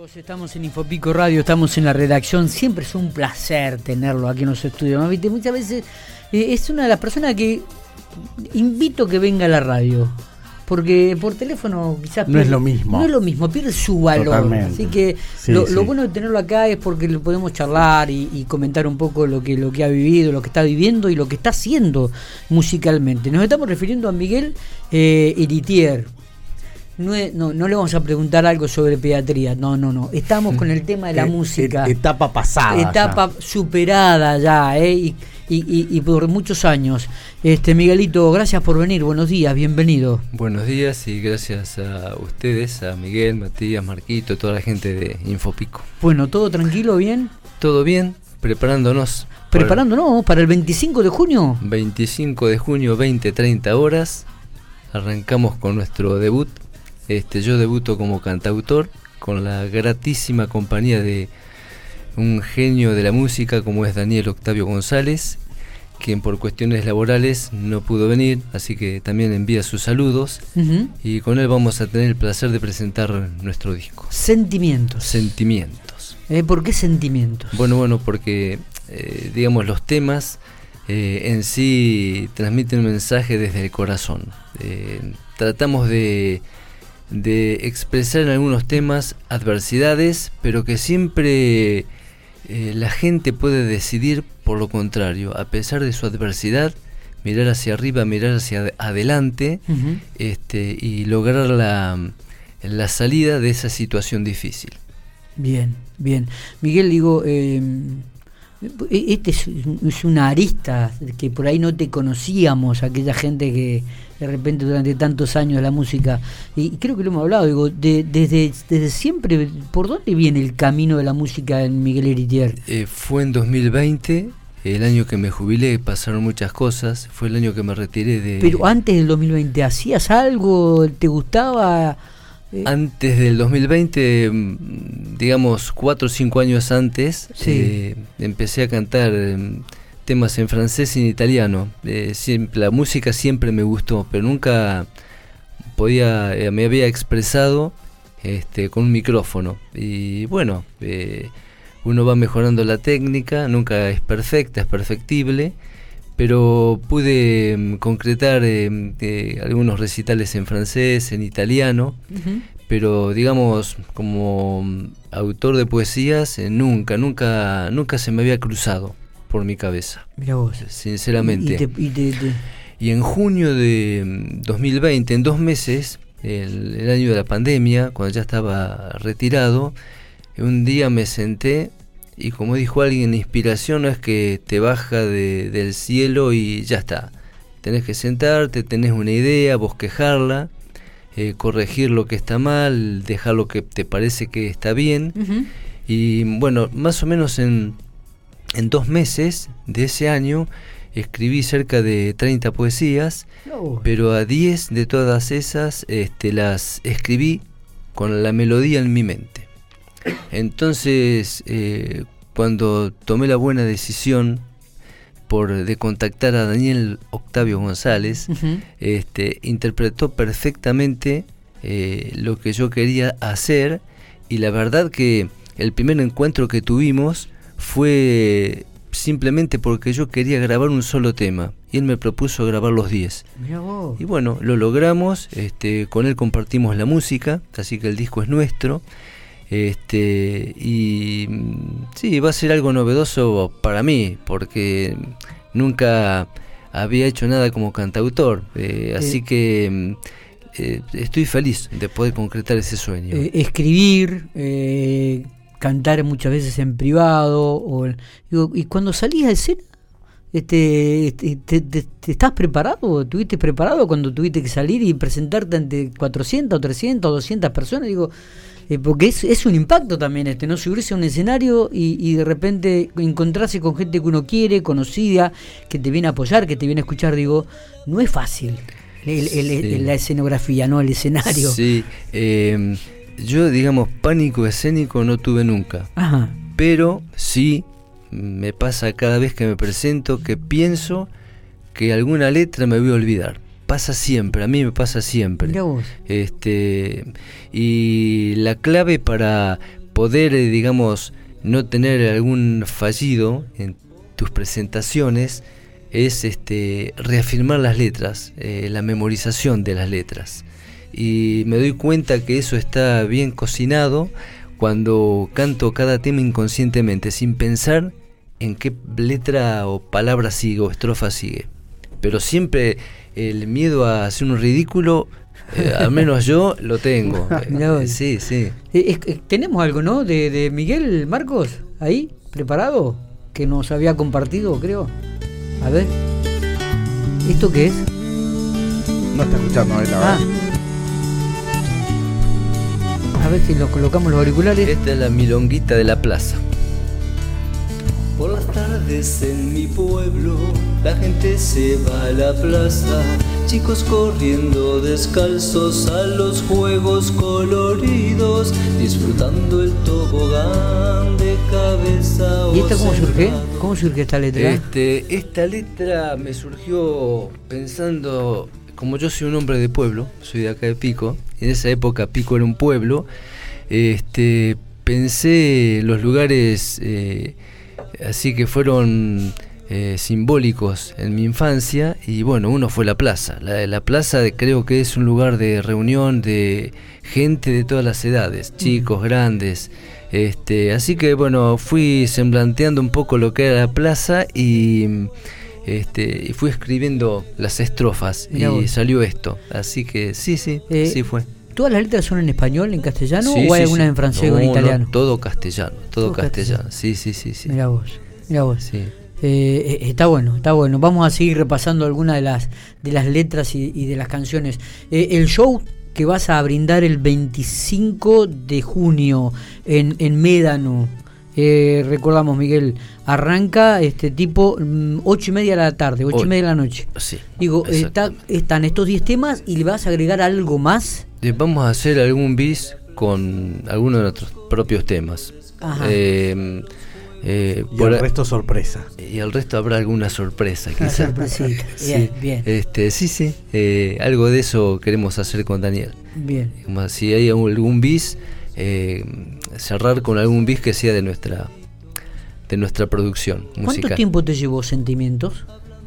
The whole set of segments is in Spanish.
amigos, estamos en Infopico Radio, estamos en la redacción. Siempre es un placer tenerlo aquí en los estudios, ¿no? ¿Viste? Muchas veces es una de las personas que invito que venga a la radio, porque por teléfono quizás no es lo mismo. No es lo mismo, pierde su valor. Totalmente. Así que sí, lo bueno de tenerlo acá es porque lo podemos charlar y comentar un poco lo que ha vivido, lo que está viviendo y lo que está haciendo musicalmente. Nos estamos refiriendo a Miguel Héritier. No le vamos a preguntar algo sobre pediatría, no. Estamos con el tema de la música. Etapa pasada. Etapa ya superada ya, y por muchos años. Miguelito, gracias por venir, buenos días, bienvenido. Buenos días y gracias a ustedes, a Miguel, Matías, Marquito, toda la gente de Infopico. Bueno, ¿todo tranquilo, bien? Todo bien, preparándonos. Para el 25 de junio. 25 de junio, 20-30 horas, arrancamos con nuestro debut. Yo debuto como cantautor con la gratísima compañía de un genio de la música como es Daniel Octavio González, quien por cuestiones laborales no pudo venir, así que también envía sus saludos. Uh-huh. Y con él vamos a tener el placer de presentar nuestro disco. Sentimientos. ¿Por qué Sentimientos? Bueno, porque digamos los temas en sí transmiten un mensaje desde el corazón. Tratamos de expresar en algunos temas adversidades, pero que siempre la gente puede decidir por lo contrario, a pesar de su adversidad, mirar hacia arriba, mirar hacia adelante. Uh-huh. Y lograr la salida de esa situación difícil. Bien. Miguel, digo, es una arista que por ahí no te conocíamos, aquella gente que de repente durante tantos años la música, y creo que lo hemos hablado, digo, desde siempre, ¿por dónde viene el camino de la música en Miguel Héritier? Fue en 2020, el año que me jubilé, pasaron muchas cosas, fue el año que me retiré de... Pero antes del 2020, ¿hacías algo? ¿Te gustaba...? Antes del 2020, digamos 4 o 5 años antes, sí. Empecé a cantar temas en francés y en italiano. La música siempre me gustó, pero nunca me había expresado con un micrófono. Y bueno, uno va mejorando la técnica, nunca es perfecta, es perfectible, pero pude concretar algunos recitales en francés, en italiano. Uh-huh. Pero digamos, como autor de poesías, nunca se me había cruzado por mi cabeza. Mirá vos. Sinceramente. Y en junio de 2020, en 2 meses, el año de la pandemia, cuando ya estaba retirado, un día me senté y, como dijo alguien, la inspiración no es que te baja del cielo y ya está. Tenés que sentarte, tenés una idea, bosquejarla, corregir lo que está mal, dejar lo que te parece que está bien. Uh-huh. Y bueno, más o menos en 2 meses de ese año escribí cerca de 30 poesías, pero a 10 de todas esas las escribí con la melodía en mi mente. Entonces, cuando tomé la buena decisión de contactar a Daniel Octavio González, uh-huh. Interpretó perfectamente lo que yo quería hacer, y la verdad que el primer encuentro que tuvimos fue simplemente porque yo quería grabar un solo tema y él me propuso grabar los 10. Y bueno, lo logramos, con él compartimos la música, así que el disco es nuestro. Y sí, va a ser algo novedoso para mí, porque nunca había hecho nada como cantautor, así que estoy feliz de poder concretar ese sueño. Escribir, cantar muchas veces en privado, y cuando salís a escena, ¿te estás preparado? ¿Estuviste preparado cuando tuviste que salir y presentarte ante 400 o 300 o 200 personas? Digo, porque es un impacto también ¿no? Subirse a un escenario y de repente encontrarse con gente que uno quiere, conocida, que te viene a apoyar, que te viene a escuchar. Digo, no es fácil la escenografía, ¿no? El escenario. Sí, yo, digamos, pánico escénico no tuve nunca. Ajá. Pero sí me pasa cada vez que me presento que pienso que alguna letra me voy a olvidar. Pasa siempre, a mí me pasa siempre. Mirá vos. Y la clave para poder, digamos, no tener algún fallido en tus presentaciones es reafirmar las letras, la memorización de las letras. Y me doy cuenta que eso está bien cocinado cuando canto cada tema inconscientemente, sin pensar en qué letra o palabra sigue o estrofa sigue. Pero siempre el miedo a hacer un ridículo, al menos yo lo tengo. Sí. Tenemos algo, ¿no? De Miguel Marcos, ahí, preparado, que nos había compartido, creo. A ver, ¿esto qué es? No está escuchando ahorita. A ver si lo colocamos los auriculares. Esta es la milonguita de la plaza. Por las tardes en mi pueblo la gente se va a la plaza, chicos corriendo descalzos a los juegos coloridos, disfrutando el tobogán de cabeza. ¿Y esta cómo surge? ¿Cómo surge esta letra? Esta letra me surgió pensando, como yo soy un hombre de pueblo, soy de acá de Pico, en esa época Pico era un pueblo, pensé los lugares así que fueron simbólicos en mi infancia, y bueno, uno fue la plaza. La plaza creo que es un lugar de reunión de gente de todas las edades, chicos, grandes, así que bueno, fui semblanteando un poco lo que era la plaza y fui escribiendo las estrofas. Mirá, y vos. Salió esto, así que sí fue. ¿Todas las letras son en español, en castellano, o hay algunas en francés o en italiano? No, todo castellano, todo castellano. Sí. Mirá vos. Sí. Está bueno. Vamos a seguir repasando algunas de las letras y de las canciones. El show que vas a brindar el 25 de junio en Médano, recordamos, Miguel, arranca tipo 8:30 de la tarde, 8:30 de la noche. Sí. Digo, están estos 10 temas y le vas a agregar algo más. Vamos a hacer algún bis con algunos de nuestros propios temas. Ajá. Y el resto sorpresa. Y el resto habrá alguna sorpresa, quizás. Sorpresita. Bien. Sí. Algo de eso queremos hacer con Daniel. Bien. Como si hay algún bis, cerrar con algún bis que sea de nuestra producción musical. ¿Cuánto tiempo te llevó Sentimientos?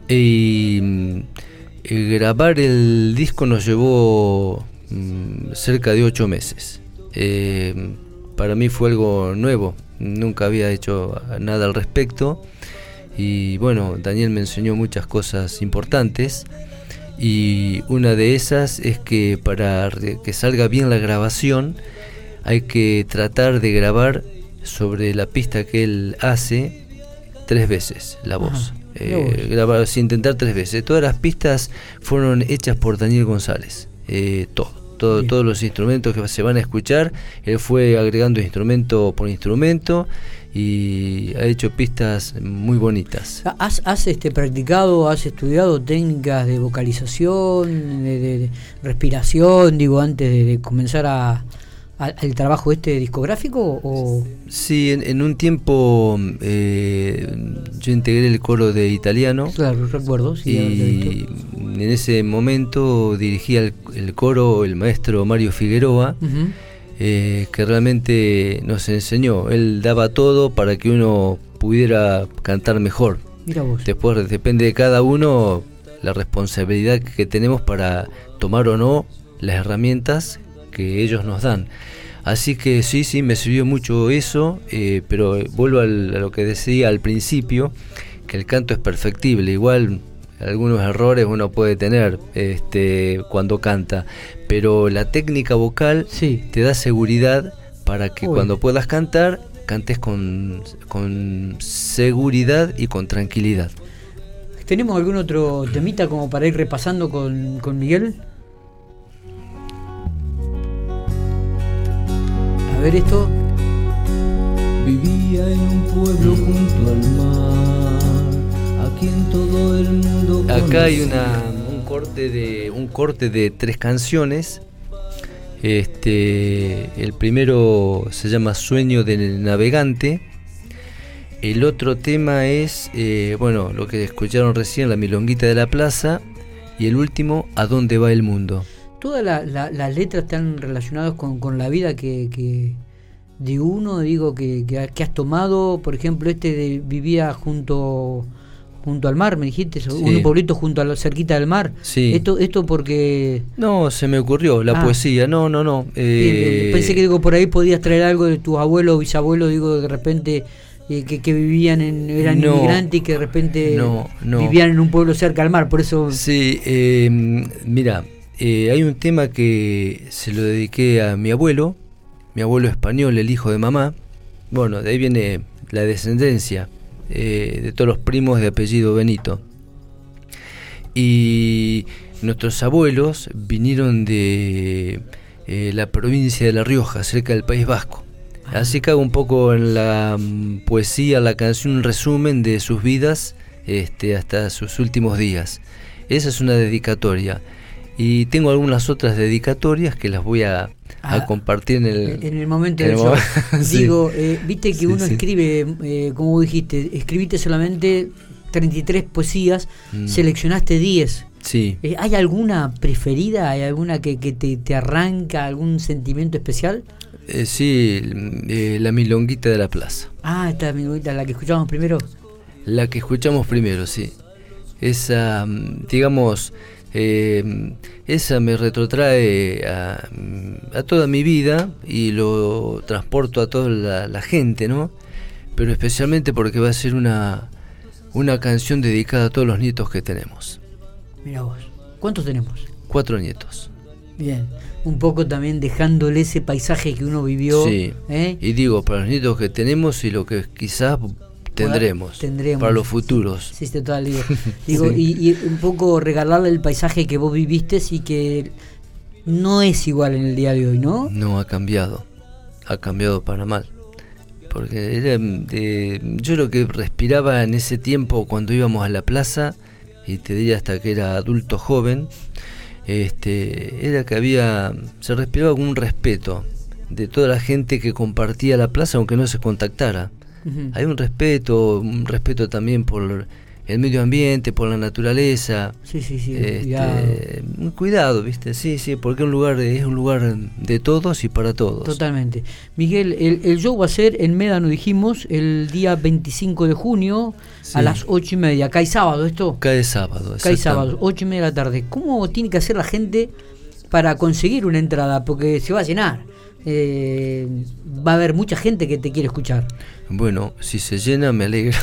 Grabar el disco nos llevó cerca de 8 meses. Para mí fue algo nuevo, nunca había hecho nada al respecto, y bueno, Daniel me enseñó muchas cosas importantes, y una de esas es que para que salga bien la grabación hay que tratar de grabar sobre la pista que él hace 3 veces la voz. Grabar, intentar 3 veces. Todas las pistas fueron hechas por Daniel González, todos los instrumentos que se van a escuchar, él fue agregando instrumento por instrumento y ha hecho pistas muy bonitas. ¿Has practicado, has estudiado técnicas de vocalización, de respiración, antes de comenzar al trabajo discográfico? ¿O? Sí, en un tiempo yo integré el coro de italiano. Claro, recuerdo. Sí, y en ese momento dirigía el coro el maestro Mario Figueroa, que realmente nos enseñó. Él daba todo para que uno pudiera cantar mejor. Mira vos. Después depende de cada uno la responsabilidad que tenemos para tomar o no las herramientas que ellos nos dan. Así que sí, me sirvió mucho eso, pero vuelvo a lo que decía al principio, que el canto es perfectible. Igual algunos errores uno puede tener cuando canta, pero la técnica vocal te da seguridad para que cuando puedas cantar, cantes con seguridad y con tranquilidad. ¿Tenemos algún otro temita como para ir repasando con Miguel? A ver esto. Vivía en un pueblo junto al mar, aquí en todo el mundo. Acá hay un corte de 3 canciones. El primero se llama Sueño del Navegante. El otro tema es lo que escucharon recién, La Milonguita de la Plaza. Y el último, ¿A dónde va el mundo? Todas las letras están relacionadas con la vida que de uno, digo, que has tomado, por ejemplo, vivía junto al mar, me dijiste, sí. Un pueblito cerquita del mar. Sí. Esto porque... No, se me ocurrió la poesía, no. Pensé que por ahí podías traer algo de tus abuelos o bisabuelos, digo, de repente... que vivían eran inmigrantes y que de repente vivían en un pueblo cerca al mar, por eso... Sí, mira, hay un tema que se lo dediqué a mi abuelo español, el hijo de mamá. Bueno, de ahí viene la descendencia de todos los primos de apellido Benito. Y nuestros abuelos vinieron de la provincia de La Rioja, cerca del País Vasco. Así que hago un poco en la poesía, la canción, un resumen de sus vidas hasta sus últimos días. Esa es una dedicatoria. Y tengo algunas otras dedicatorias que las voy a compartir en el momento del show. Sí. Digo, viste que uno escribe, como dijiste, escribiste solamente 33 poesías, seleccionaste 10. Sí. ¿Hay alguna preferida? ¿Hay alguna que te arranca algún sentimiento especial? Sí, la milonguita de la plaza. Esta milonguita, la que escuchamos primero. La que escuchamos primero, sí. Esa, digamos, esa me retrotrae a toda mi vida y lo transporto a toda la gente, ¿no? Pero especialmente porque va a ser una canción dedicada a todos los nietos que tenemos. Mira vos, ¿cuántos tenemos? 4 nietos. Bien, un poco también dejándole ese paisaje que uno vivió. Sí, y digo, para los nietos que tenemos y lo que quizás tendremos para los futuros. Sí, total, digo sí. y un poco regalarle el paisaje que vos viviste y que no es igual en el día de hoy, ¿no? No, ha cambiado para mal. Porque era yo lo que respiraba en ese tiempo cuando íbamos a la plaza, y te diría hasta que era adulto joven, era que se respiraba con un respeto de toda la gente que compartía la plaza aunque no se contactara. Uh-huh. Hay un respeto también por el medio ambiente, por la naturaleza. Sí. Un cuidado, ¿viste? Sí, porque es un lugar de todos y para todos. Totalmente. Miguel, el show va a ser en Médano, dijimos, el día 25 de junio a las 8:30. ¿Cae sábado esto? Cae sábado, 8:30 de la tarde. ¿Cómo tiene que hacer la gente para conseguir una entrada? Porque se va a llenar. Va a haber mucha gente que te quiere escuchar. Bueno, si se llena me alegra.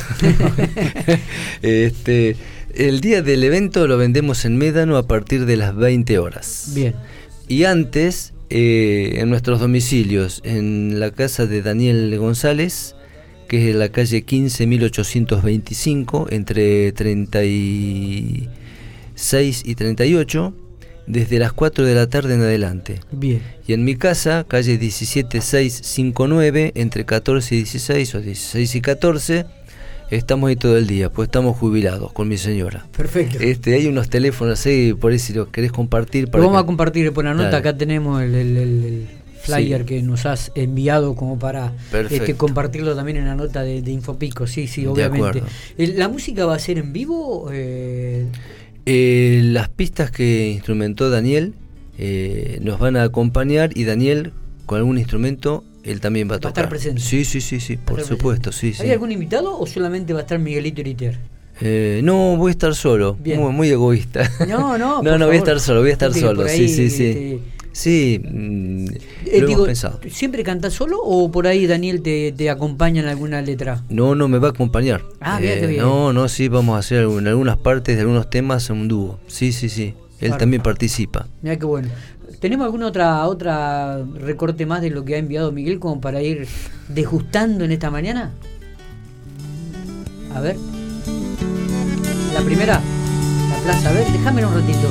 El día del evento lo vendemos en Médano a partir de las 20 horas. Bien. Y antes, en nuestros domicilios, en la casa de Daniel González, que es en la calle 15.825, entre 36 y 38, desde las 4 de la tarde en adelante. Bien. Y en mi casa, calle 17659, entre 14 y 16 o 16 y 14, estamos ahí todo el día, pues estamos jubilados con mi señora. Perfecto. Hay unos teléfonos ahí, por ahí si los querés compartir. Lo vamos a compartir por la nota. Dale. Acá tenemos el flyer que nos has enviado como para compartirlo también en la nota de Infopico. Sí, obviamente. ¿La música va a ser en vivo? Las pistas que instrumentó Daniel nos van a acompañar, y Daniel con algún instrumento él también va a tocar. Va a estar presente. Sí, por supuesto. Sí. ¿Hay algún invitado o solamente va a estar Miguelito Eritier? No, voy a estar solo. Muy egoísta. No, voy a estar solo. Ahí, sí. Sí, lo hemos pensado. ¿Siempre cantás solo o por ahí Daniel te acompaña en alguna letra? No, me va a acompañar. Bien. No, sí, vamos a hacer en algunas partes de algunos temas un dúo. Sí. Él también participa. Mirá qué bueno. ¿Tenemos alguna otra recorte más de lo que ha enviado Miguel como para ir degustando en esta mañana? A ver. La primera, la plaza. A ver, déjame un ratito.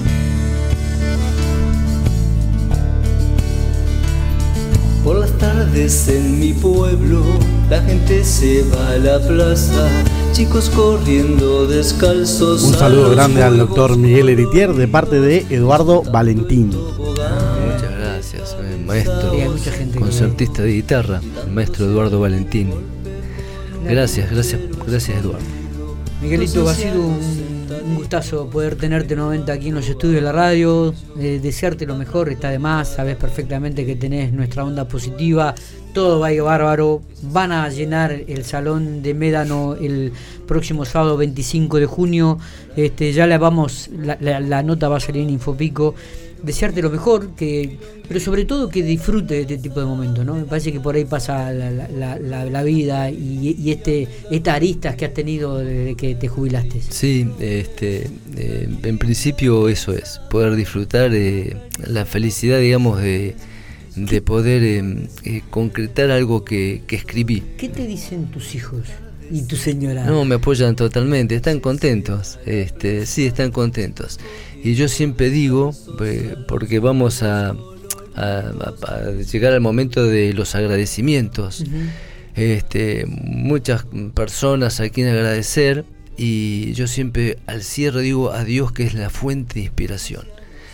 Por las tardes en mi pueblo la gente se va a la plaza, chicos corriendo descalzos. Un saludo grande al doctor Miguel Eritier de parte de Eduardo Valentín. Muchas gracias, maestro, concertista de guitarra, el maestro Eduardo Valentín. Gracias Eduardo. Miguelito, ha sido un gustazo poder tenerte nuevamente aquí en los estudios de la radio, desearte lo mejor, está de más, sabes perfectamente que tenés nuestra onda positiva todo va a ir bárbaro. Van a llenar el Salón de Médano el próximo sábado 25 de junio. Ya la nota va a salir en Infopico. Desearte lo mejor, pero sobre todo que disfrute de este tipo de momentos, ¿no? Me parece que por ahí pasa la vida y estas aristas que has tenido desde que te jubilaste. Sí, en principio eso es, poder disfrutar la felicidad, digamos, de poder concretar algo que escribí. ¿Qué te dicen tus hijos y tu señora? No, me apoyan totalmente, están contentos, sí, están contentos. Y yo siempre digo, porque vamos a llegar al momento de los agradecimientos, muchas personas a quien agradecer, y yo siempre al cierre digo a Dios, que es la fuente de inspiración.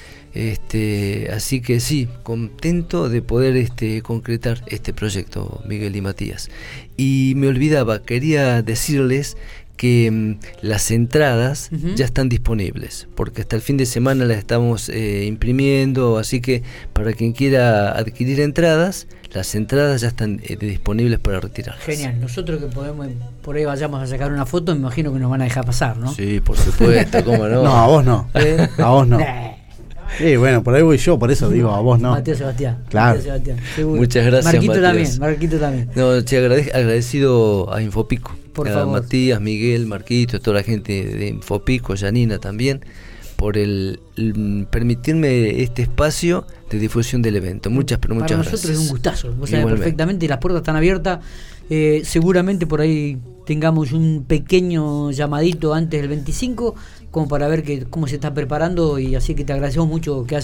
Así que sí, contento de poder concretar este proyecto, Miguel y Matías. Y me olvidaba, quería decirles que las entradas ya están disponibles, porque hasta el fin de semana las estamos imprimiendo, así que para quien quiera adquirir entradas, las entradas ya están disponibles para retirar. Genial, nosotros que podemos, por ahí vayamos a sacar una foto, me imagino que nos van a dejar pasar, ¿no? Sí, por supuesto, ¿cómo no? No, a vos no, a vos no. Sí, bueno, por ahí voy yo, por eso digo, a vos no. Mateo Sebastián. Claro. Mateo Sebastián, seguro. Muchas gracias, Marquito también. No, agradecido a Infopico. Por a favor. Matías, Miguel, Marquito, toda la gente de Infopico, Janina también, por el permitirme este espacio de difusión del evento. Muchas Para gracias. nosotros es un gustazo, vos sabés perfectamente, las puertas están abiertas. Seguramente por ahí tengamos un pequeño llamadito antes del 25, como para ver cómo se está preparando, y así que te agradecemos mucho que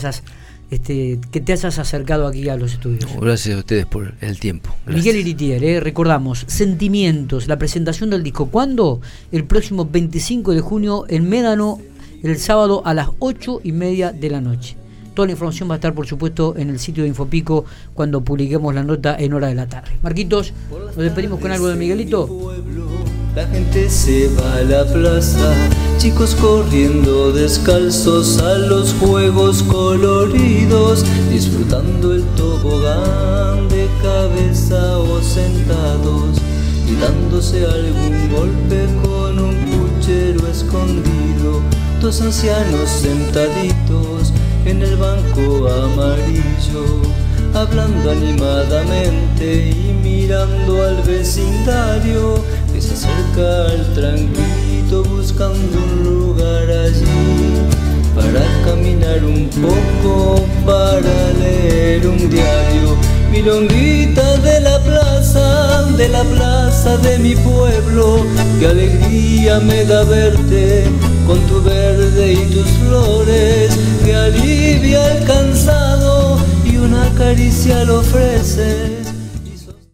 te hayas acercado aquí a los estudios. Gracias a ustedes por el tiempo. Gracias. Miguel Iritier, recordamos, Sentimientos, la presentación del disco. ¿Cuándo? El próximo 25 de junio en Médano, el sábado a las 8:30 de la noche. Toda la información va a estar, por supuesto, en el sitio de Infopico cuando publiquemos la nota en hora de la tarde. Marquitos, nos despedimos con algo de Miguelito. La gente se va a la plaza, chicos corriendo descalzos a los juegos coloridos, disfrutando el tobogán de cabeza o sentados, y dándose algún golpe con un puchero escondido. Dos ancianos sentaditos en el banco amarillo, hablando animadamente y mirando al vecindario que se acerca al tranquilito buscando un lugar allí para caminar un poco, para leer un diario. Milonguita de la plaza de mi pueblo, qué alegría me da verte con tu verde y tus flores, que alivia el cansado y una caricia le ofrece.